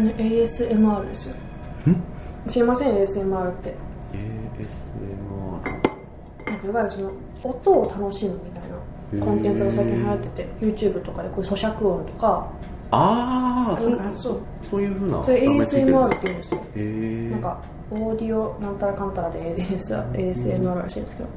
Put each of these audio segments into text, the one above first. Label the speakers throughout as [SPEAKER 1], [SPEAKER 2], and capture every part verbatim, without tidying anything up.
[SPEAKER 1] ね エーエスエムアール ですよ。ん知りません エーエスエムアール って。
[SPEAKER 2] エーエスエムアール
[SPEAKER 1] なんかいわゆるその音を楽しむみたいなコンテンツが最近流行ってて、 YouTube とかでこういう咀嚼音とか、
[SPEAKER 2] ああ、そう
[SPEAKER 1] そう
[SPEAKER 2] そういう風な
[SPEAKER 1] それ エーエスエムアール って言うんですよ。
[SPEAKER 2] へー
[SPEAKER 1] なんかオーディオなんたらかんたらで エーエスエムアール らしいんですけど、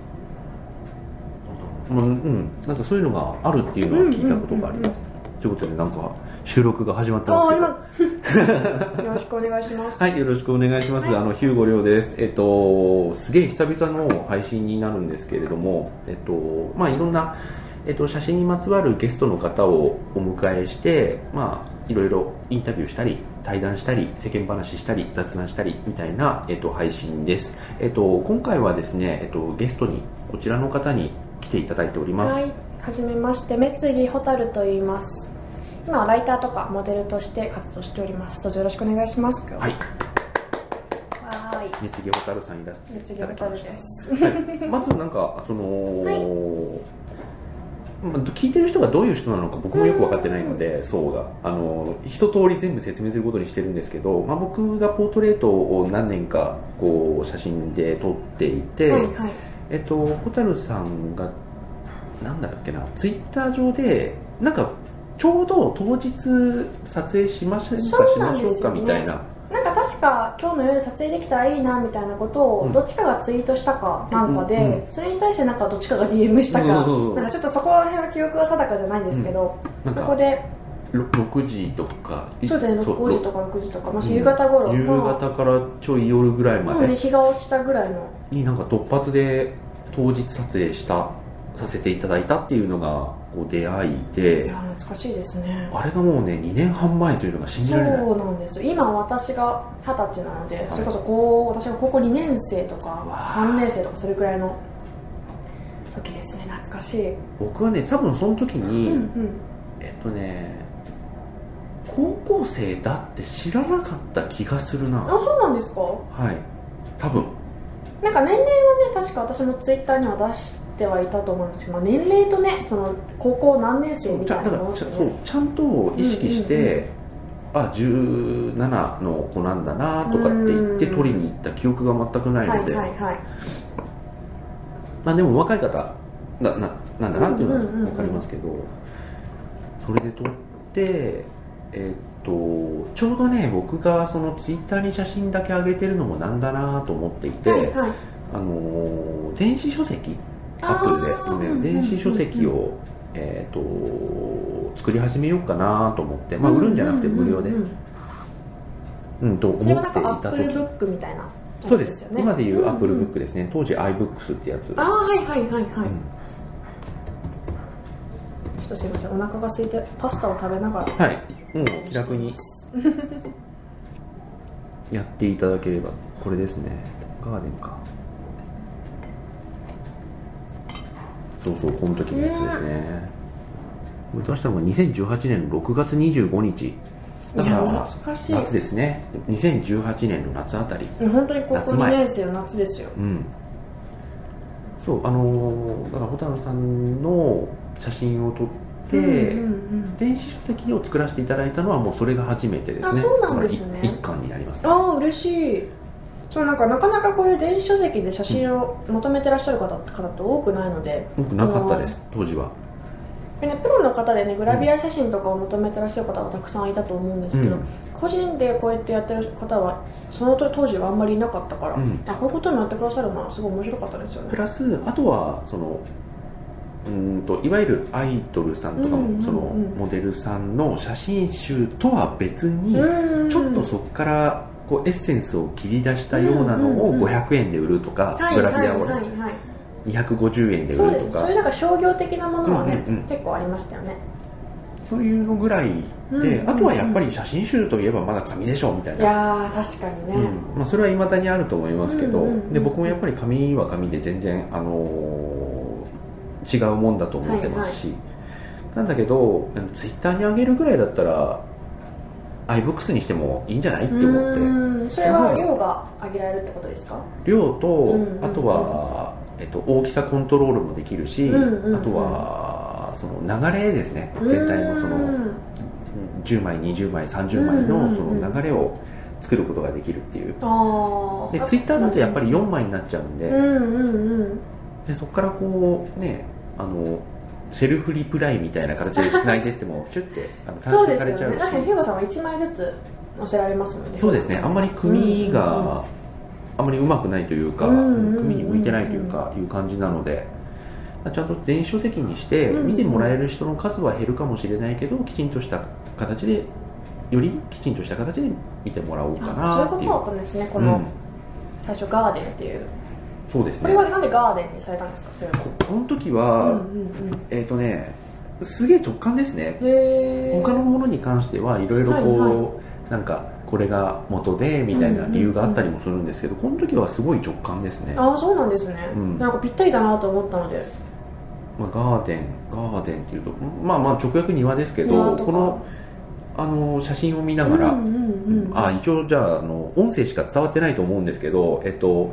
[SPEAKER 2] うん、うん、なんかそういうのがあるっていうのは聞いたことがあります。ということでなんか収録が始まってますけど、
[SPEAKER 1] よろしくお願いします。
[SPEAKER 2] はい、よろしくお願いします。はい、あのヒューゴリョウです。えっとすげえ久々の配信になるんですけれども、えっとまあいろんなえっと写真にまつわるゲストの方をお迎えして、まあいろいろインタビューしたり対談したり世間話したり雑談したりみたいなえっと配信です。えっと今回はですね、えっとゲストにこちらの方に来ていただいております。
[SPEAKER 1] はい、はじめまして、めつぎほたると言います。今はライターとかモデルとして活動しております。どうぞよろしくお願いします。
[SPEAKER 2] はい。
[SPEAKER 1] はい。
[SPEAKER 2] めつぎほたるさんいらっしゃい
[SPEAKER 1] めつぎほたるです。
[SPEAKER 2] はい、まずなんかその、
[SPEAKER 1] はい、
[SPEAKER 2] まあ、聞いてる人がどういう人なのか僕もよく分かってないので、そうだあの一通り全部説明することにしてるんですけど、まあ、僕がポートレートを何年かこう写真で撮っていて、
[SPEAKER 1] はいはい、
[SPEAKER 2] えっとほたるさんがなんだっけなツイッター上でなんかちょうど当日撮影しましょうか、しましょうかみたいな、
[SPEAKER 1] なんか確か今日の夜撮影できたらいいなみたいなことをどっちかがツイートしたかなんかで、うんうんうん、それに対してなんかどっちかが ディーエム したか、うんうんうん、なんかちょっとそこら辺は記憶が定かじゃないんですけど、うん、そこで
[SPEAKER 2] ろくじとか
[SPEAKER 1] そうですね、ごじとかろくじとか、まあ、夕方頃、
[SPEAKER 2] うん、夕方からちょい夜ぐらいまで、
[SPEAKER 1] まあね、日が落ちたぐらいの
[SPEAKER 2] になんか突発で当日撮影したさせていただいたっていうのがこう出会いで、
[SPEAKER 1] いや懐かしいですね。
[SPEAKER 2] あれがもうねにねんはん前というのが信じられない。
[SPEAKER 1] そうなんですよ。今私がはたちなので、はい、それこそこう私が高校にねん生とかさんねん生とかそれくらいの時ですね。懐かしい。
[SPEAKER 2] 僕はね多分その時に、
[SPEAKER 1] うんうん、え
[SPEAKER 2] っとね高校生だって知らなかった気がするな。
[SPEAKER 1] あ、そうなんですか。
[SPEAKER 2] はい多分
[SPEAKER 1] なんか年齢はね確か私もツイッターには出してはいたと思うんですけど、まあ、年齢とねその高校何年生みたいなのを、ね、
[SPEAKER 2] ちゃそうちゃんと意識して、うんうんうん、あじゅうななの子なんだなとかって言って取りに行った記憶が全くないので、はいはいはい、まあ、でも若い方な、な、なんだなっていうのは分かりますけど、うんうんうん、それで撮ってえー、っとちょうどね僕がそのツイッターに写真だけ上げてるのもなんだなと思っていて、はいはい、あの電子書籍アップルで読める電子書籍を、うんうんうん、えー、っと作り始めようかなと思って、まあ、売るんじゃなくて無料で、うん、うんうん、と思っていた時、それはなんか
[SPEAKER 1] Apple Book みたいな、
[SPEAKER 2] そうです、今でいう Apple Book ですね、うんうん、当時 iBooks ってやつ。
[SPEAKER 1] ああはいはいはいはい、うん、ちょっとすいませんお腹が空いてパスタを食べながら、
[SPEAKER 2] はい、もう気楽にやっていただければ。これですね、ガーデンか、そうそうこの時のやつですね。これ出したのがにせんじゅうはちねんのろくがつにじゅうごにちだから、懐かしい夏ですね。にせんじゅうはちねんの夏あたり、
[SPEAKER 1] 本当に高校にねん生の夏ですよ。
[SPEAKER 2] うん、そうあのー、だから蛍さんの写真を撮って、うんうんうん、電子書籍を作らせていただいたのはもうそれが初めてですね。
[SPEAKER 1] あ、そうなんですね。
[SPEAKER 2] 一巻になります、ね、
[SPEAKER 1] ああ嬉しい。そうなんかなかなかこういう電子書籍で写真を求めてらっしゃる方方って多くないので、
[SPEAKER 2] 多くなかったです当時は。
[SPEAKER 1] ね、プロの方でねグラビア写真とかを求めてらっしゃる方がたくさんいたと思うんですけど、うん、個人でこうやってやってる方はその当時はあんまりいなかったから、うん、あこういうことになってくださるのはすごい面白かったですよね。プ
[SPEAKER 2] ラスあとはそのうんといわゆるアイドルさんとかも、うんうんうん、そのモデルさんの写真集とは別に、うんうん、ちょっとそこからこうエッセンスを切り出したようなのをごひゃくえんで売るとか、うんうんうん、グラビアを、はいはいはいはい、にひゃくごじゅうえんで売るとか、
[SPEAKER 1] そうです。そういうなんか商業的なものはね、うんうんうん、結構ありましたよね。
[SPEAKER 2] そういうのぐらいで、うんうんうん、あとはやっぱり写真集といえばまだ紙でしょみたいな。
[SPEAKER 1] いや確かにね、
[SPEAKER 2] うん、まあ、それは未だにあると思いますけど、うんうんうん、で僕もやっぱり紙は紙で全然、あのー、違うもんだと思ってますし、はいはい、なんだけどツイッターに上げるぐらいだったらiBooks にしてもいいんじゃないって思って。
[SPEAKER 1] うん、それは量が上げられるってことですか？
[SPEAKER 2] 量と、うんうんうん、あとは、えっと、大きさコントロールもできるし、うんうんうん、あとはその流れですね、全体のそのじゅうまいにじゅうまいさんじゅうまいのその流れを作ることができるっていう、
[SPEAKER 1] あ
[SPEAKER 2] でツイッターだとやっぱりよんまいになっちゃうんで、
[SPEAKER 1] うんうんうん、
[SPEAKER 2] でそこからこうねあのセルフリプライみたいな形で繋いでいってもチュッてあの
[SPEAKER 1] そうですよね。確かにヒューゴさんはいちまいずつ載せられますもんね。
[SPEAKER 2] そうですね、あんまり組があんまりうまくないというか、組に向いてないというかいう感じなので、ちゃんと電子書籍にして見てもらえる人の数は減るかもしれないけど、きちんとした形でよりきちんとした形で見てもらおうかなっていう。
[SPEAKER 1] そういうことだったんですね。この最初ガーデンっていう、
[SPEAKER 2] そうですね。
[SPEAKER 1] これはなんでガーデンにされたんですか？それは
[SPEAKER 2] こ, この時は、うんうんうん、えっ、ー、とねすげえ直感ですね。
[SPEAKER 1] へ
[SPEAKER 2] 他のものに関してはいろいろこう、はいはい、なんかこれが元でみたいな理由があったりもするんですけど、うんうんうん、この時はすごい直感ですね。
[SPEAKER 1] ああそうなんですね、うん、なんかぴったりだなと思ったので、
[SPEAKER 2] まあ、ガーデンガーデンっていうとまあまあ直訳庭ですけど、このあの写真を見ながら、うんうんうん、あ一応じゃあ、あの音声しか伝わってないと思うんですけど、えっと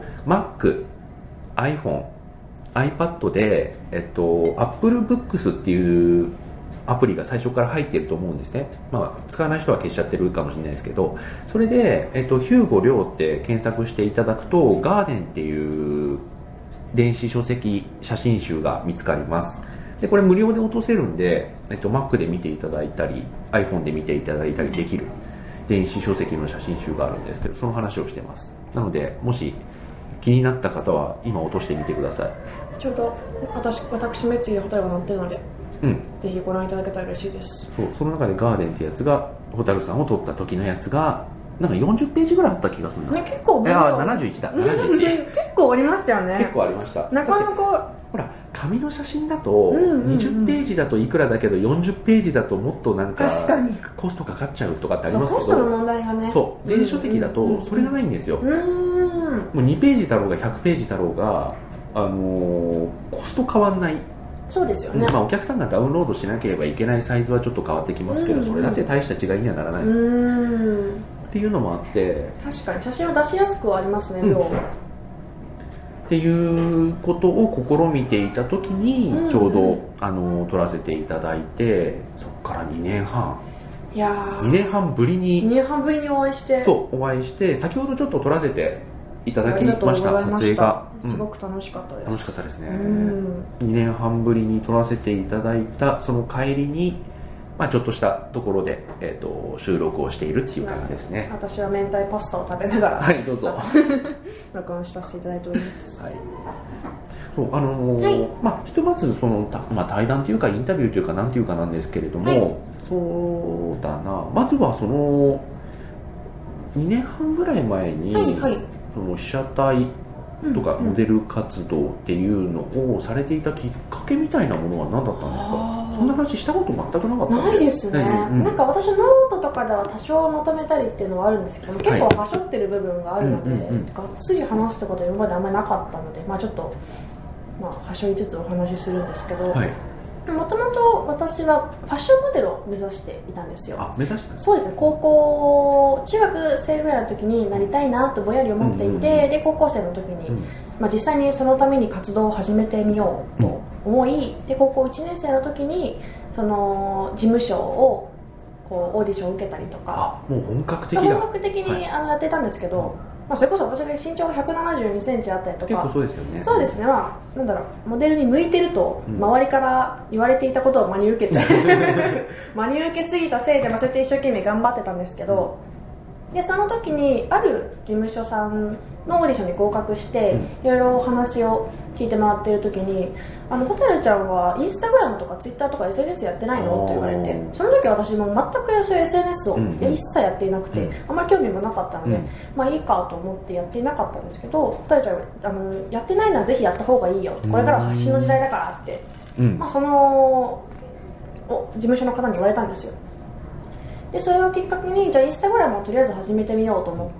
[SPEAKER 2] Mac、iPhone、iPad で、えっと、Apple Books っていうアプリが最初から入っていると思うんですね。まあ、使わない人は消しちゃってるかもしれないですけど、それで、えっと、ヒューゴリョウって検索していただくと、ガーデンっていう電子書籍写真集が見つかります。で、これ無料で落とせるんで、えっと、Mac で見ていただいたり、iPhone で見ていただいたりできる電子書籍の写真集があるんですけど、その話をしてます。なので、もし気になった方は今落としてみてください。
[SPEAKER 1] ちょうど私、私目つきホタルが載ってるので、うん、ぜひご覧いただけたら嬉しいです。
[SPEAKER 2] そう、その中でガーデンってやつがホタルさんを撮った時のやつがなんかよんじゅっページぐらいあった気がするんだ、
[SPEAKER 1] ね、結構
[SPEAKER 2] いやななじゅういちだななじゅういち
[SPEAKER 1] 結構ありましたよね。
[SPEAKER 2] 結構ありました。
[SPEAKER 1] なかなか
[SPEAKER 2] ほら紙の写真だとにじゅっページだといくらだけどよんじゅっページだともっとなんか
[SPEAKER 1] 確かに
[SPEAKER 2] コストかかっちゃうとかってありますけど、
[SPEAKER 1] コストの問題がね、
[SPEAKER 2] そう電子書籍だとそれがないんですよ。うんもうにページだろうがひゃくページだろうが、あのー、コスト変わんない。
[SPEAKER 1] そうですよね、
[SPEAKER 2] まあ、お客さんがダウンロードしなければいけないサイズはちょっと変わってきますけど、それだって大した違いにはならないです。うんっていうのもあって、
[SPEAKER 1] 確かに写真を出しやすくはありますね、量、うん、
[SPEAKER 2] っていうことを試みていた時にちょうど、うんうん、あの撮らせていただいて、そこからにねんはん
[SPEAKER 1] いや
[SPEAKER 2] にねんはんぶりに
[SPEAKER 1] にねんはんぶりにお会いして
[SPEAKER 2] そうお会いして先ほどちょっと撮らせていただきました。撮影が、
[SPEAKER 1] うん、すごく楽しかったです。
[SPEAKER 2] 楽しかったですね、うん、にねんはんぶりに撮らせていただいたその帰りに、まあ、ちょっとしたところで、えー、と収録をしているっていう感じですね。
[SPEAKER 1] 私は明太パスタを食べながら
[SPEAKER 2] はいどうぞ
[SPEAKER 1] 録音させていただいております、
[SPEAKER 2] はいそうあのーはいまあ、ひとまずその、まあ、対談というかインタビューというかなんていうかなんですけれども、はい、そうだなまずはそのにねんはんぐらい前に、はいはい、その被写体とかモデル活動っていうのをされていたきっかけみたいなものは何だったんですか？そんな話したこと全くなかった
[SPEAKER 1] ないですね、うん、なんか私ノートとかでは多少まとめたりっていうのはあるんですけども、結構はしょってる部分があるので、はいうんうんうん、がっつり話すってことは今まであんまりなかったので、まあ、ちょっと、まあ、はしょりつつお話しするんですけど、はいもともと私はファッションモデルを目指していたんですよ。
[SPEAKER 2] あ、目指した
[SPEAKER 1] そうですね。高校中学生ぐらいの時になりたいなとぼんやり思っていて、うんうんうん、で高校生の時に、うんまあ、実際にそのために活動を始めてみようと思い、うん、で高校いちねん生の時にその事務所をこうオーディションを受けたりとか、
[SPEAKER 2] あもう本格的だ
[SPEAKER 1] 本格的に、はい、あのやっていたんですけど、まあ、それこそ私が身長がひゃくななじゅうにセンチあったりとか、
[SPEAKER 2] 結構そうですよね。
[SPEAKER 1] そうですね、まあ、なんだろうモデルに向いてると周りから言われていたことを真に受けて真に受けすぎたせいで、まあ、そうやって一生懸命頑張ってたんですけど、うん、でその時にある事務所さんのオーディションに合格して、うん、いろいろお話を聞いてもらっている時にあのホタルちゃんはインスタグラムとかツイッターとか エスエヌエス やってないのって言われて、その時私も全くそういう エスエヌエス を、うん、一切やっていなくて、うん、あんまり興味もなかったので、うん、まあいいかと思ってやっていなかったんですけど、ホタルちゃんあのやってないならぜひやった方がいいよ、これからは発信の時代だからって、うんまあ、その事務所の方に言われたんですよ。でそれをきっかけにじゃあインスタグラムをとりあえず始めてみようと思って、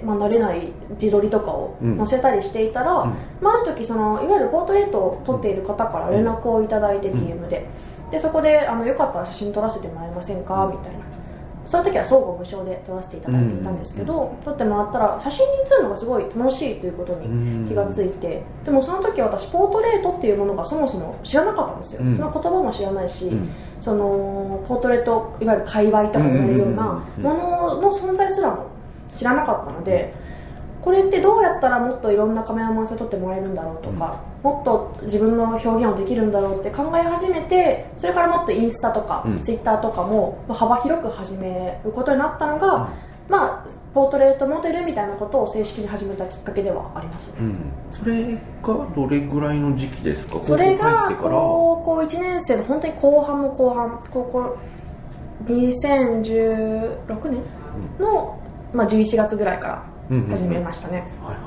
[SPEAKER 1] まあ、慣れない自撮りとかを載せたりしていたら、うんまあ、ある時そのいわゆるポートレートを撮っている方から連絡をいただいて ディーエム で、でそこであのよかったら写真撮らせてもらえませんかみたいな、 その時は相互無償で撮らせていただいていたんですけど、うん、撮ってもらったら写真に写るのがすごい楽しいということに気がついて、うん、でもその時私ポートレートっていうものがそもそも知らなかったんですよ、うん、その言葉も知らないし、うん、そのポートレートいわゆる界隈とか言われるようなものの存在すらも知らなかったので、これってどうやったらもっといろんなカメラマンさん撮ってもらえるんだろうとか、うん、もっと自分の表現をできるんだろうって考え始めて、それからもっとインスタとか、うん、ツイッターとかも幅広く始めることになったのが、うん、まあポートレートモデルみたいなことを正式に始めたきっかけではありますね、うん、
[SPEAKER 2] それがどれぐらいの時期ですか？
[SPEAKER 1] それが高校いちねん生の本当に後半も後半、高校にせんじゅうろくねんの、まあ、じゅういちがつぐらいから始めましたね、うんうんうん、はいはい。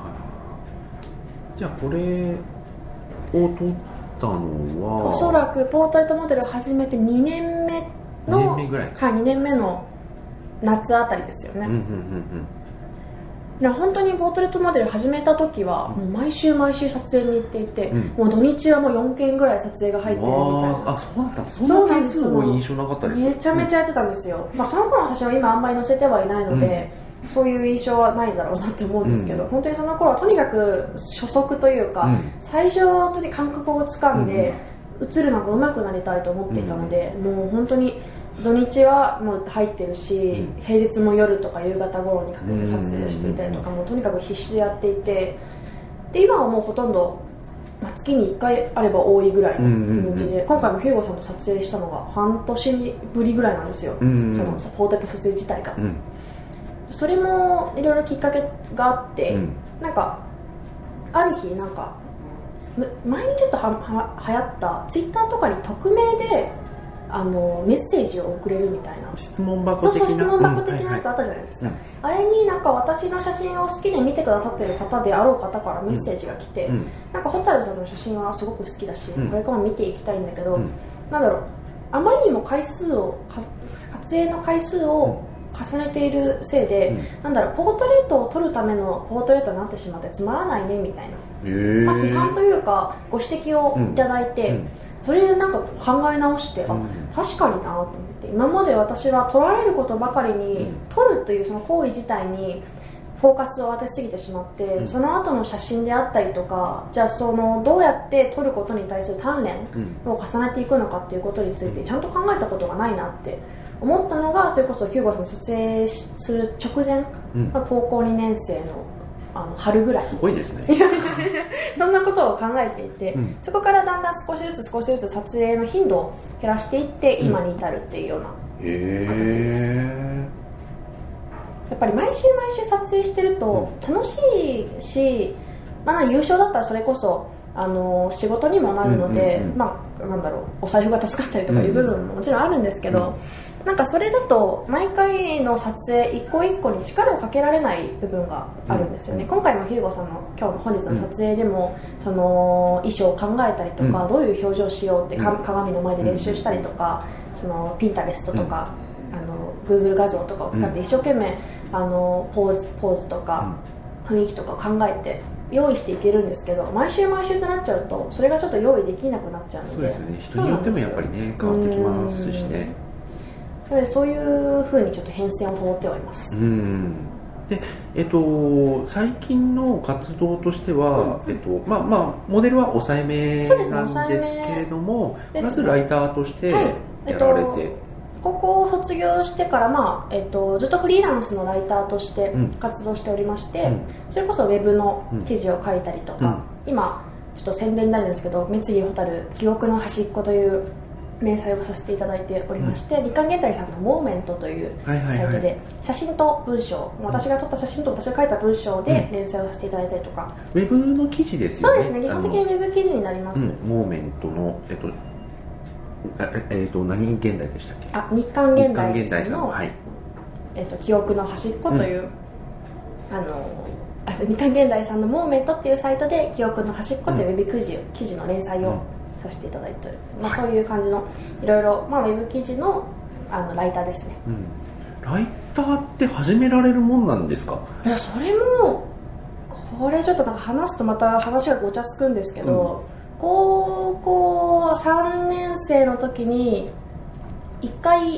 [SPEAKER 2] じゃあこれを撮ったのは
[SPEAKER 1] おそらくポートレートモデルを始めてにねんめの
[SPEAKER 2] にねんめぐらい、
[SPEAKER 1] はい、にねんめの夏あたりですよね、うんうんうんうん、本当にポートレートモデル始めた時はもう毎週毎週撮影に行っていて、うん、もう土日はもうよんけんぐらい撮影が入ってるみたいな。
[SPEAKER 2] あ、そうだったの？そんな点数多い印象なかったですか？
[SPEAKER 1] めちゃめちゃやってたんですよ、うん、まあ、その頃の写真は今あんまり載せてはいないので、うん、そういう印象はないだろうなって思うんですけど、うん、本当にその頃はとにかく初速というか、うん、最初本当に感覚をつかんで、うん、映るのが上手くなりたいと思っていたので、うん、もう本当に土日はもう入ってるし、うん、平日も夜とか夕方頃にかけて撮影をしていたりとか、もうとにかく必死でやっていて、で今はもうほとんど月にいっかいあれば多いぐらいの感じで、今回もヒューゴさんと撮影したのが半年ぶりぐらいなんですよ、うんうん、そのポートレート撮影自体が、うん、それもいろいろきっかけがあって、うん、なんかある日なんか前にちょっとはは流行ったツイッターとかに匿名であのメッセージを送れるみたいな
[SPEAKER 2] 質問箱的な、
[SPEAKER 1] そうそう質問箱的なやつあったじゃないですか、うんはいはい、あれになんか私の写真を好きで見てくださってる方であろう方からメッセージが来て、うん、なんか蛍さんの写真はすごく好きだし、うん、これからも見ていきたいんだけど、うん、なんだろう、あまりにも回数を撮影の回数を重ねているせいで、うん、なんだろう、ポートレートを撮るためのポートレートになってしまってつまらないねみたいな、まあ、批判というかご指摘をいただいて、うんうんそれでなんか考え直して、うん、あ、確かになと思って、今まで私は撮られることばかりに、うん、撮るというその行為自体にフォーカスを当てすぎてしまって、うん、その後の写真であったりとか、じゃあそのどうやって撮ることに対する鍛錬を重ねていくのかっていうことについてちゃんと考えたことがないなって思ったのが、それこそヒューゴさんの撮影する直前、うん、高校にねん生のあの春ぐらい、
[SPEAKER 2] すごいですね
[SPEAKER 1] そんなことを考えていて、うん、そこからだんだん少しずつ少しずつ撮影の頻度を減らしていって今に至るっていうような形です、うん、やっぱり毎週毎週撮影してると楽しいし、まあ、優勝だったらそれこそあの仕事にもなるので、うんうんうん、まあ、なんだろう、お財布が助かったりとかいう部分ももちろんあるんですけど、うんうん、なんかそれだと毎回の撮影一個一個に力をかけられない部分があるんですよね、うん、今回もヒューゴさんの今日の本日の撮影でも、うん、その衣装を考えたりとか、うん、どういう表情をしようってか、うん、鏡の前で練習したりとか、そのピンタレストとか、うん、あの Google 画像とかを使って一生懸命あのポーズ、ポーズとか雰囲気とかを考えて用意していけるんですけど、毎週毎週となっちゃうとそれがちょっと用意できなくなっちゃうので、
[SPEAKER 2] そうですね、人によってもやっぱりね変わってきますしね、
[SPEAKER 1] やはりそういう風にちょっと変遷を通ってはいます。
[SPEAKER 2] うんでえっと、最近の活動としては、うんえっとまあまあ、モデルは抑えめなんですけれども、ね、まずライターとしてやられて、はいえっと高校を卒業してから、まあえっと、ずっとフリーランスのライターとして活動しておりまして、うん、それこそウェブの記事を書いたりとか、うん、今ちょっと宣伝になるんですけど、三井ホタル記憶の端っこという連載をさせていただいておりまして、うん、日刊現代さんのモーメントというサイトで写真と文章、うん、私が撮った写真と私が書いた文章で連載をさせていただいたりとか、 うん、ウェブの記事ですよね。
[SPEAKER 1] そうですね、基本的にウェブ記事になります、うん、
[SPEAKER 2] モーメントの、えっとえー、と何現代でしたっけ？
[SPEAKER 1] あ、日刊現代さんの、はいえー、と記憶の端っこという、うん、あのあ日刊現代さんのモーメントっていうサイトで記憶の端っこというウェブ記事、うん、記事の連載をさせていただいており、まあ、そういう感じのいろいろ、まあ、ウェブ記事 の, あのライターですね、うん、
[SPEAKER 2] ライターって始められるもんなんですか？
[SPEAKER 1] いや、それもこれちょっとなんか話すとまた話がごちゃつくんですけど、うん高校さんねん生の時にいっかい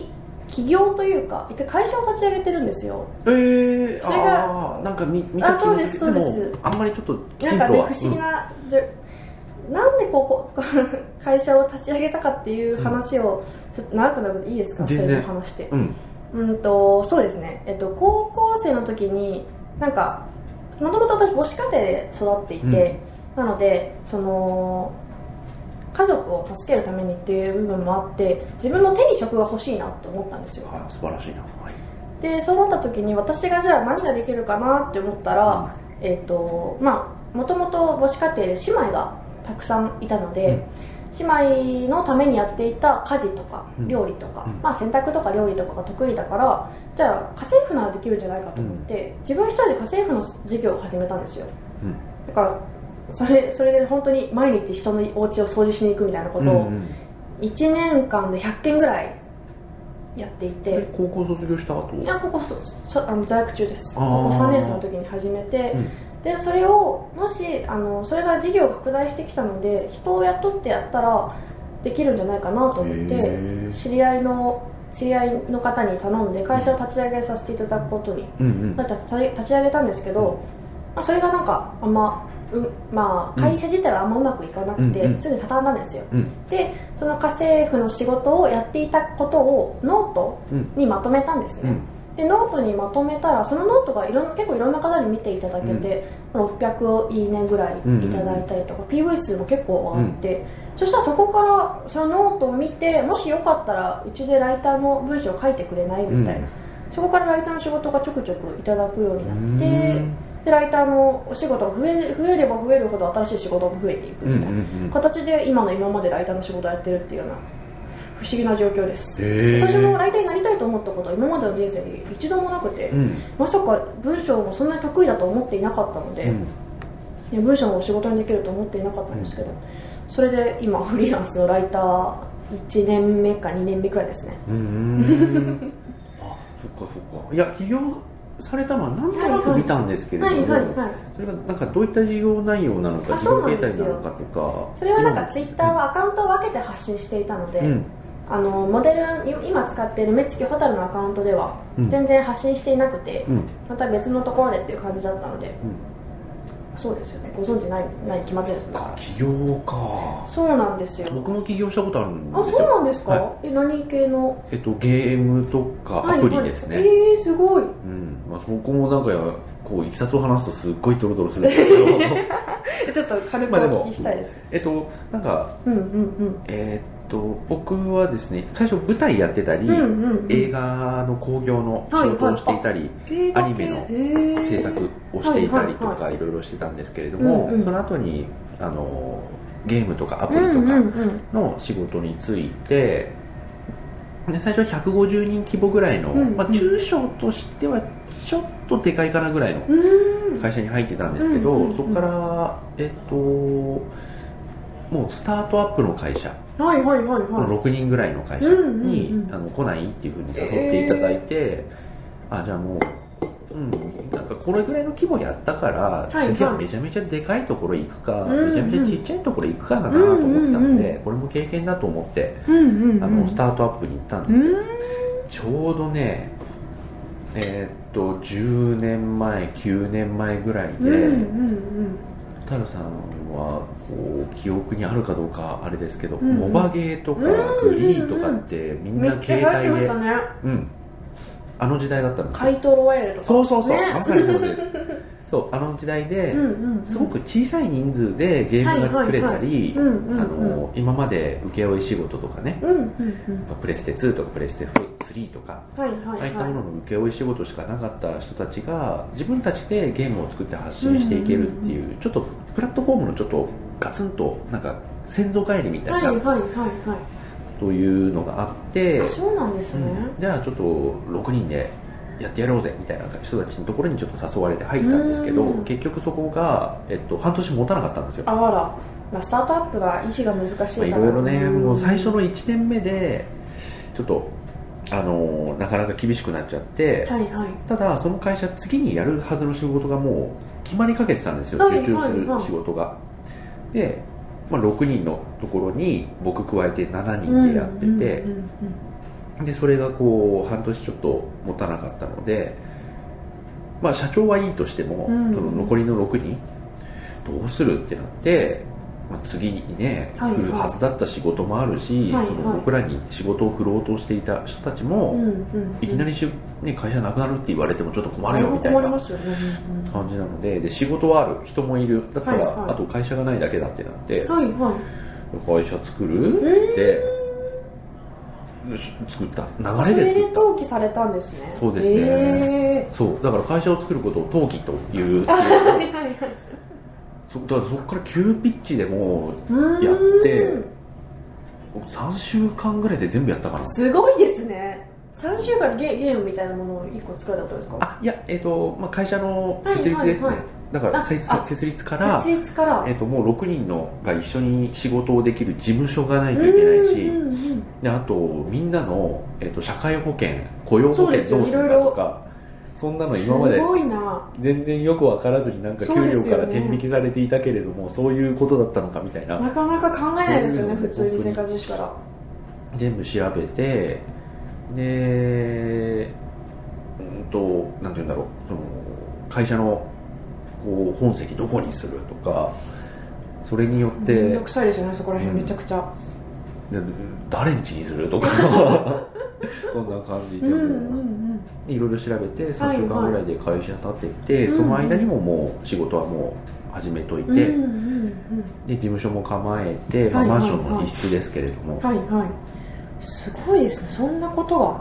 [SPEAKER 1] 起業というか一回会社を立ち上げてるんですよ。
[SPEAKER 2] えー、
[SPEAKER 1] それが
[SPEAKER 2] あなんか 見, 見た気がする。
[SPEAKER 1] あそうですそうです。
[SPEAKER 2] あんまりちょっときちんとは
[SPEAKER 1] なんかね不思議な、うん、なんでここ会社を立ち上げたかっていう話を、ちょっと長くなるいいですか、それを話して。うんうんとそうですね、えっと、高校生の時になんかもともと私母子家庭で育っていて、うん、なのでその家族を助けるためにっていう部分もあって自分の手に職が欲しいなと思ったんですよ。
[SPEAKER 2] あ素晴らしいな、はい、
[SPEAKER 1] でそう思った時に私がじゃあ何ができるかなって思ったら、うん、えっとまあもともと母子家庭で姉妹がたくさんいたので、うん姉妹のためにやっていた家事とか料理とか、うんまあ、洗濯とか料理とかが得意だからじゃあ家政婦ならできるんじゃないかと思って、うん、自分一人で家政婦の事業を始めたんですよ、うん、だからそれ、それで本当に毎日人のお家を掃除しに行くみたいなことをいちねんかんでひゃっけんぐらいやっていて、
[SPEAKER 2] 高校卒業した後？
[SPEAKER 1] いや高校あの在学中です。高校さんねん生の時に始めて、うんでそれをもしあのそれが事業拡大してきたので人を雇ってやったらできるんじゃないかなと思って知り合いの知り合いの方に頼んで会社を立ち上げさせていただくことに、うんうん、立ち上げたんですけど、うんまあ、それがなんかあんま、うんまあ、会社自体はあんまうまくいかなくて、うん、すぐに畳んだんですよ、うん、でその家政婦の仕事をやっていたことをノートにまとめたんですね、うんでノートにまとめたらそのノートがいろん結構いろんな方に見ていただけて、うん、ろっぴゃくいいねぐらいいただいたりとか、うん、ピーブイ 数も結構上がって、うん、そしたらそこからそのノートを見てもしよかったらうちでライターの文章を書いてくれないみたいな、うん、そこからライターの仕事がちょくちょくいただくようになって、うん、でライターのお仕事が増え、増えれば増えるほど新しい仕事も増えていくみたいな形で今の今までライターの仕事をやってるっていうような不思議な状況です。私もライターになりたいと思ったことは今までの人生に一度もなくて、うん、まさか文章もそんなに得意だと思っていなかったので、うん、文章も仕事にできると思っていなかったんですけど、うん、それで今フリーランスのライターいちねんめかにねんめくらいですね。うーん
[SPEAKER 2] あそっかそっか。いや起業されたのは何となく見たんですけれども、はいはいはいはい、それがなんかどういった事業内容なのか事業形態なのかとか、
[SPEAKER 1] それはなんかツイッターはアカウントを分けて発信していたので、うんあのモデル今使っている目つきホタルのアカウントでは全然発信していなくて、うん、また別のところでっていう感じだったので、うん、そうですよねご存知ないない決まってるんですか。
[SPEAKER 2] 起業か。
[SPEAKER 1] そうなんですよ。
[SPEAKER 2] 僕も起業したことあるんですよ。
[SPEAKER 1] あそうなんですか、はい、え何系の、
[SPEAKER 2] えっと、ゲームとかアプリですね、
[SPEAKER 1] はいはい、えー、すごい、
[SPEAKER 2] うんまあ、そこもなんかこういきさつを話すとすっごいドロドロするんですけど
[SPEAKER 1] ちょっと軽くお聞きしたいです、まあ、
[SPEAKER 2] えっとなんか、
[SPEAKER 1] うんうんうん、
[SPEAKER 2] えーと僕はですね最初舞台やってたり、うんうんうん、映画の興行の仕事をしていたり、はいはい、アニメの制作をしていたりとか、はいはいはい、いろいろしてたんですけれども、うんうん、その後にあのゲームとかアプリとかの仕事について、うんうんうん、で最初はひゃくごじゅうにん規模ぐらいの、うんうんまあ、中小としてはちょっとでかいかなぐらいの会社に入ってたんですけど、うんうんうん、そこからえっともうスタートアップの会社
[SPEAKER 1] はいはいはいはい、
[SPEAKER 2] ろくにんぐらいの会社に、うんうんうん、あの来ないっていうふうに誘っていただいて、えー、あじゃあもう、うん、なんかこれぐらいの規模やったから、はいはい、次はめちゃめちゃでかいところ行くか、うんうん、めちゃめちゃちっちゃいところ行くかだなと思ったので、うんうんうん、これも経験だと思って、うんうんうん、あのスタートアップに行ったんですよ、うん、ちょうどねえー、っとじゅうねんまえきゅうねんまえぐらいで、うんうんうんタルさんはこう記憶にあるかどうかあれですけど、うん、モバゲーとかグリーとかってみんな携帯で、ねうん、あの時代だったんですよ。
[SPEAKER 1] 怪盗ロワイヤルとか
[SPEAKER 2] そうそうそう、ね、まさにそうですそうあの時代で、うんうんうん、すごく小さい人数でゲームが作れたり今まで請負仕事とかね、うんうんうん、プレステツーとかプレステスリーとか、はいはいはい、ああいったものの請負仕事しかなかった人たちが自分たちでゲームを作って発信していけるっていう、うんうんうん、ちょっとプラットフォームのちょっとガツンとなんか先祖返りみたいな、はいはいはいはい、というのがあって
[SPEAKER 1] あそうなんですね、
[SPEAKER 2] うん、じゃあちょっとろくにんでやってやろうぜみたいな人たちのところにちょっと誘われて入ったんですけど結局そこが、えっと、半年持たなかったんですよ。
[SPEAKER 1] あら、まあ、スタートアップが維持が難しいから、
[SPEAKER 2] まあ、いろいろねもう最初のいちねんめでちょっとあのなかなか厳しくなっちゃって、はいはい、ただその会社次にやるはずの仕事がもう決まりかけてたんですよ、はいはいはい、受注する仕事がで、まあ、ろくにんのところに僕加えてしちにんでやってて、うんうんうんうん、 でそれがこう半年ちょっと持たなかったので、まあ、社長はいいとしても、うん、その残りのろくにんどうするってなって、まあ、次にね、はいはい、来るはずだった仕事もあるし、はいはい、その僕らに仕事を振ろうとしていた人たちも、うんうんうん、いきなりし、ね、会社なくなるって言われてもちょっと困るよみたいな感じなので、で仕事はある、人もいる、だったら、はいはい、あと会社がないだけだってなって、はいはい、会社作るって、えー、作った流れで作った。
[SPEAKER 1] 登記されたんですね。
[SPEAKER 2] そうですね、えー、そうだから会社を作ることを登記というはいはい、そ, だからそこから急ピッチでもやってさんしゅうかんぐらいで全部やったかな。
[SPEAKER 1] すごいですね。さんしゅうかんで ゲ, ゲームみたいなものをいっこ作られたことですか？
[SPEAKER 2] あいや、えーとまあ、会社の設立ですね、はいはいはい、だから設立から
[SPEAKER 1] 設立から、
[SPEAKER 2] えー、ともうろくにんのが一緒に仕事をできる事務所がないといけないし、うんうんうん、であとみんなの、えー、と社会保険雇用保険どうするかとか そ, そんなの今まで全然よく分からずになんか給料から天引きされていたけれども そう,、ね、そういうことだったのかみたいな、
[SPEAKER 1] なかなか考えないですよね普通に生活したら。
[SPEAKER 2] 全部調べてでうんとなんていうんだろう、その会社のこう本籍どこにするとか、それによって
[SPEAKER 1] めんどくさいですよねそこら辺、うん、めちゃくちゃ
[SPEAKER 2] で誰ん家にするとかそんな感じでも、うんうんうん、いろいろ調べてさんしゅうかんぐらいで会社立てて、はいはい、その間にももう仕事はもう始めといて、うんうんうん、で事務所も構えて、まあ、マンションの一室ですけれども、
[SPEAKER 1] はいはいはい、すごいですねそんなことが、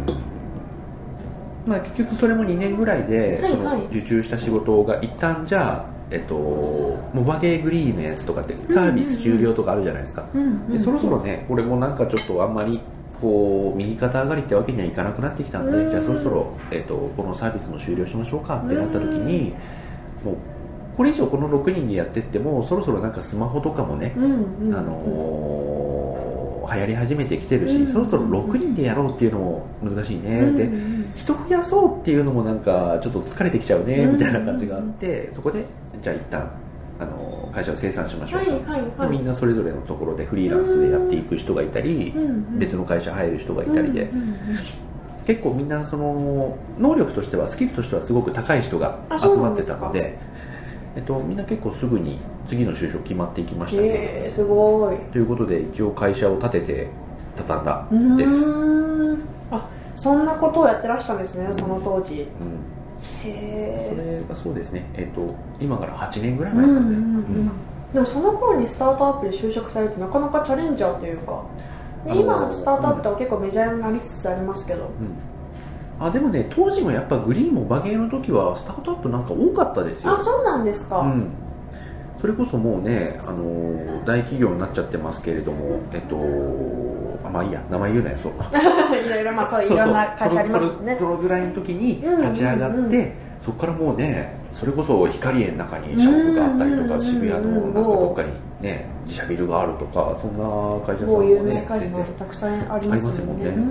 [SPEAKER 2] まあ、結局それもにねんぐらいで、はいはい、その受注した仕事が一旦じゃあ、えっと、モバゲーグリーンのやつとかってサービス終了とかあるじゃないですか、うんうんうん、でそろそろねこれもなんかちょっとあんまりこう右肩上がりってわけにはいかなくなってきたんで、うん、じゃあそろそろ、えっと、このサービスも終了しましょうかってなった時に、うん、もうこれ以上このろくにんでやってってもそろそろなんかスマホとかもね、うんうんうん、あのー、流行り始めてきてるし、うんうんうん、そろそろろくにんでやろうっていうのも難しいね、うんうん、で人増やそうっていうのもなんかちょっと疲れてきちゃうねみたいな感じがあって、うんうん、そこでじゃあ一旦あの会社を清算しましょうか、はいはいはい、みんなそれぞれのところでフリーランスでやっていく人がいたり、うんうん、別の会社入る人がいたりで、うんうんうん、結構みんなその能力としてはスキルとしてはすごく高い人が集まってたので、えっと、みんな結構すぐに次の就職決まっていきましたね、
[SPEAKER 1] えー、すごい
[SPEAKER 2] ということで一応会社を立てて畳んだんです。
[SPEAKER 1] うーん、あ、そんなことをやってらしたんですね、うん、その当時、うん、
[SPEAKER 2] へー、それがそうですね、えっと、今からはちねんぐらい前ですかね、うんうんうんうん、
[SPEAKER 1] でもその頃にスタートアップで就職されてなかなかチャレンジャーというか、で今スタートアップとは結構メジャーになりつつありますけど、
[SPEAKER 2] うん、あでもね当時もやっぱグリーンもバゲーの時はスタートアップなんか多かったですよ。
[SPEAKER 1] あ、そうなんですか、うん、
[SPEAKER 2] それこそもうね、あのー、大企業になっちゃってますけれども、えっとあまあいいや名前言うなよ、そう
[SPEAKER 1] いろいろまあそういろんな会社ありますもんね。
[SPEAKER 2] そのぐらいの時に立ち上がって、うんうんうん、そこからもうねそれこそ光栄の中にショップがあったりとか、うんうんうん、渋谷のなんかどっかにね自社ビルがあるとか、そんな会社さんもね
[SPEAKER 1] 有名会社もたくさんありますもんね。
[SPEAKER 2] ありますもんね、うん、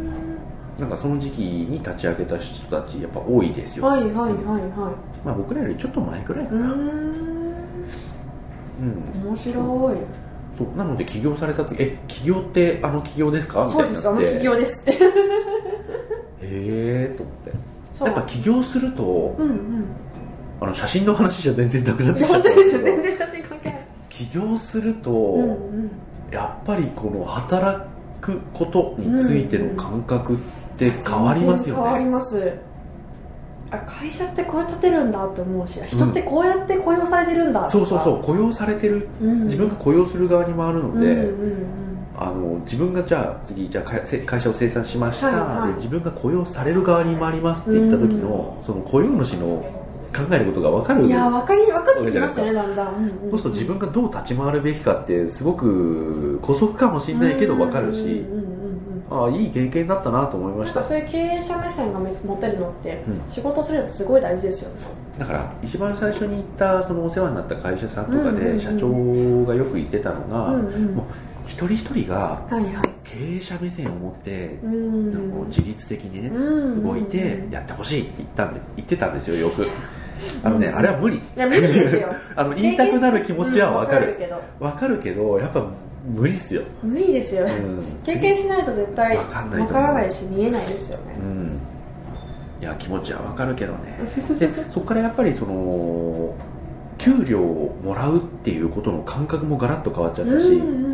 [SPEAKER 2] なんかその時期に立ち上げた人たちやっぱ多いですよ。
[SPEAKER 1] はいはいはいはい、
[SPEAKER 2] まあ、僕らよりちょっと前くらいかな。うん、
[SPEAKER 1] うん、面白い。
[SPEAKER 2] そうなので起業されたって、え起業ってあの起業ですかみたいになって、
[SPEAKER 1] そうです、あの起業ですってへ
[SPEAKER 2] えと思って、やっぱ起業すると、うんうん、あの写真の話じゃ全然なくなってきちゃった。
[SPEAKER 1] 本当ですよ、全然写真関係ない。
[SPEAKER 2] 起業すると、うんうん、やっぱりこの働くことについての感覚って変わりますよね、うんうん、変わります。あ、会社ってこうやって立てるんだって思うし、人ってこうやって雇用されてるんだとか、そうそうそう、雇用されてる、うん、自分が雇用する側に回るので、うんうんうん、あの自分がじゃあ次じゃあ会社を清算しました、はいはい、で自分が雇用される側に回りますって言った時の、うん、その雇用主の考えることが分かる。
[SPEAKER 1] いや、分かり分かってきますね、だんだん、うんうんうん、
[SPEAKER 2] そうすると自分がどう立ち回るべきかってすごく姑息かもしれないけど分かるし、うんうんうんうん、ああいい経験だったなと思いました。
[SPEAKER 1] そういう経営者目線が持てるのって、うん、仕事するのってすごい大事ですよね。
[SPEAKER 2] だから一番最初に行ったそのお世話になった会社さんとかで社長がよく言ってたのが、うんうんうん、もう一人一人が経営者目線を持って、はいはい、自律的にね、うんうん、動いてやってほしいって言ったんで言ってたんですよ、よく。あのね、うん、あれは無理。
[SPEAKER 1] いや無理ですよ
[SPEAKER 2] あの言いたくなる気持ちは分かる、うん、分かるけど、分かるけどやっぱ無理っすよ。
[SPEAKER 1] 無理ですよ、うん、経験しないと絶対分からないし見えないですよね、うん、
[SPEAKER 2] いや気持ちは分かるけどねでそこからやっぱりその給料をもらうっていうことの感覚もガラッと変わっちゃったし、うんうんうんうん、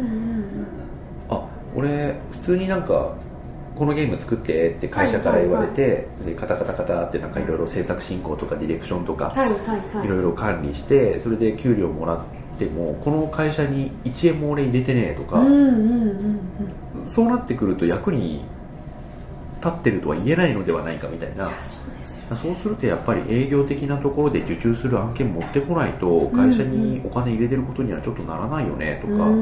[SPEAKER 2] あ俺普通になんかこのゲーム作ってって会社から言われて、はいはいはい、でカタカタカタってなんかいろいろ制作進行とかディレクションとかいろいろ管理してそれで給料もらってでもこの会社にいちえんも俺入れてねえとか、うんうんうんうん、そうなってくると役に立ってるとは言えないのではないかみたいな。
[SPEAKER 1] そうですよね、
[SPEAKER 2] そうするとやっぱり営業的なところで受注する案件持ってこないと会社にお金入れてることにはちょっとならないよねとか、うん、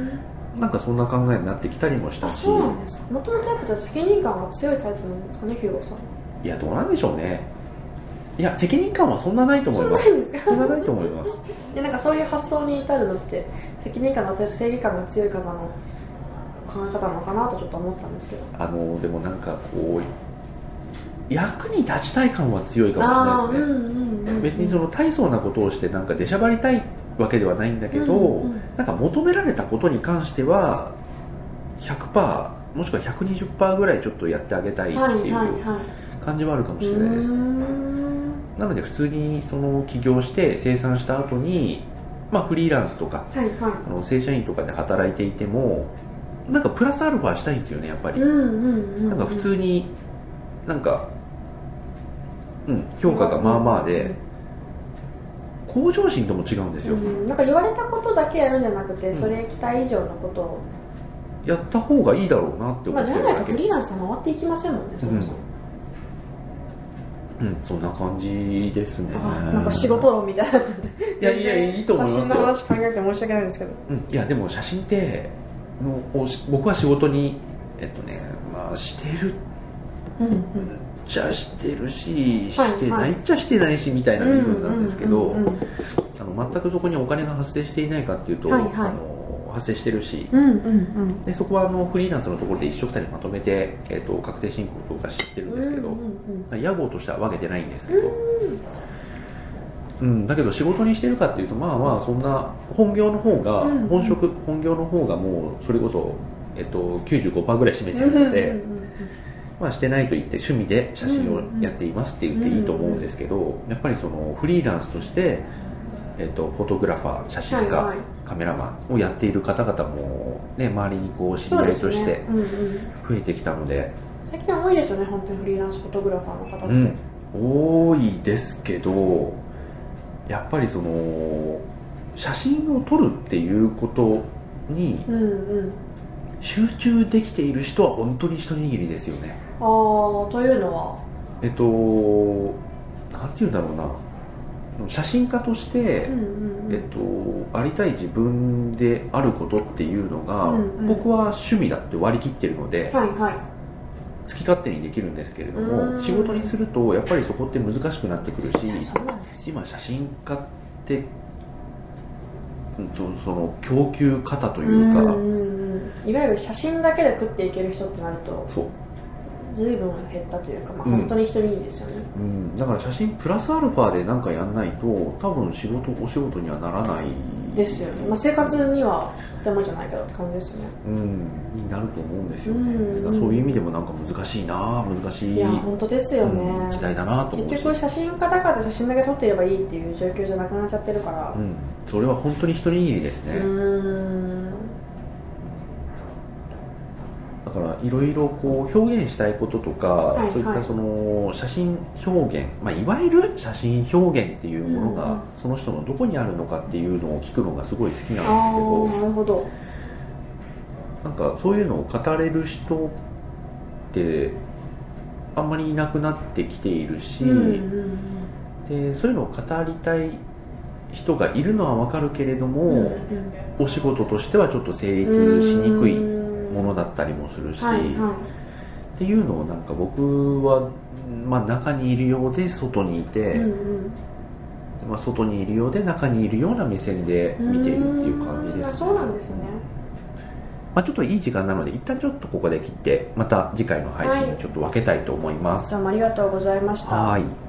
[SPEAKER 2] なんかそんな考えになってきたりもしたし。
[SPEAKER 1] そうなんですか。もともとやっぱじゃあ責任感が強いタイプなんですかね、ヒューゴさん。
[SPEAKER 2] いやどうなんでしょうね。いや責任感はそんなないと思います。そんなないと思います。
[SPEAKER 1] でなんかそういう発想に至るのって責任感が強い正義感が強い方の考え方なのかなとちょっと思ったんですけど、
[SPEAKER 2] あのでもなんかこう役に立ちたい感は強いかもしれないですね、うんうんうんうん、別にその大層なことをしてなんか出しゃばりたいわけではないんだけど、うんうん、なんか求められたことに関しては ひゃくパーセント もしくは ひゃくにじゅっパーセント ぐらいちょっとやってあげたいっていう感じはあるかもしれないです、はいはいはい、なので普通にその起業して生産した後に、まあ、フリーランスとか、はいはい、あの正社員とかで働いていてもなんかプラスアルファしたいんですよねやっぱり、うんうんうんうん、なんか普通になんか、うん、評価がまあまあで、向上心とも違うんですよ、うん、
[SPEAKER 1] なんか言われたことだけやるんじゃなくて、うん、それ期待以上のことを
[SPEAKER 2] やった方がいいだろうなって思ってるだけ、
[SPEAKER 1] まあ、じゃないとフリーランスは回っていきませんもんね、そもそも、
[SPEAKER 2] うんうん、そんな感じですね。
[SPEAKER 1] なんか仕事論みたいなやつで
[SPEAKER 2] いやいやいいと思いますよ。
[SPEAKER 1] 写真の話考えて申し訳ないんですけど、
[SPEAKER 2] うん、いやでも写真っての僕は仕事にえっとねまあしてる、うんうん、じゃしてるし、はい、してないっちゃしてないしみたいな部分なんですけど、全くそこにお金が発生していないかっていうと、はいはい、あの発生してるし、うんうんうん、でそこはあのフリーランスのところで一緒くたにまとめて、えー、と確定申告とか知ってるんですけど、うんうんうん、屋号としては分けてないんですけど、うん、だけど仕事にしてるかっていうとまあまあそんな本業の方が、うんうん、本職本業の方がもうそれこそ、えー、と きゅうじゅうごパーセント ぐらい占めてるので、うんうんうんうん、まあ、してないと言って趣味で写真をやっていますって言っていいと思うんですけど、やっぱりそのフリーランスとしてえー、とフォトグラファー写真家、はいはい、カメラマンをやっている方々も、ね、周りにこう知り合いとして増えてきたので、
[SPEAKER 1] ね、うんうん、最近多いですよね本当にフリーランスフォトグラファーの方って、
[SPEAKER 2] うん、多いですけどやっぱりその写真を撮るっていうことに集中できている人は本当に一握りですよね。
[SPEAKER 1] あー、というのは
[SPEAKER 2] えっとなんていうんだろうな、写真家として、うんうんうん、えっと、ありたい自分であることっていうのが、うんうん、僕は趣味だって割り切ってるので、はいはい、好き勝手にできるんですけれども、仕事にするとやっぱりそこって難しくなってくるし、今写真家って、うん、その供給方というか、うんうん
[SPEAKER 1] うん、いわゆる写真だけで食っていける人ってなると、そう随分減ったというか、まあ、本当に一人いいですよね、
[SPEAKER 2] うんうん、だから写真プラスアルファで何かやんないと多分仕事お仕事にはならない
[SPEAKER 1] ですよね、まあ、生活にはとてもじゃないけどって感じですよね、
[SPEAKER 2] うん、になると思うんですよね、うんうん、そういう意味でもなんか難しいな難しい、
[SPEAKER 1] いや本当ですよね、
[SPEAKER 2] うん、時代だなと思うし、
[SPEAKER 1] 結局写真家だから写真だけ撮っていればいいっていう状況じゃなくなっちゃってるから、
[SPEAKER 2] うん、それは本当に一握りですね。うんだからいろいろこう表現したいこととか、はいはい、そういったその写真表現、まあ、いわゆる写真表現っていうものが、うん、その人のどこにあるのかっていうのを聞くのがすごい好きなんですけど、
[SPEAKER 1] なるほど、
[SPEAKER 2] なんかそういうのを語れる人ってあんまりいなくなってきているし、うんうん、でそういうのを語りたい人がいるのは分かるけれども、うんうん、お仕事としてはちょっと成立しにくいものだったりもするし、はいはい、っていうのをなんか僕は、まあ、中にいるようで外にいて、うんうん、まあ、外にいるようで中にいるような目線で見ているっていう感じですね。
[SPEAKER 1] そうなんですね。
[SPEAKER 2] まあ、ちょっといい時間なので一旦ちょっとここで切ってまた次回の配信にちょっと分けたいと思います、
[SPEAKER 1] はい、どうもありがとうございました。
[SPEAKER 2] はい。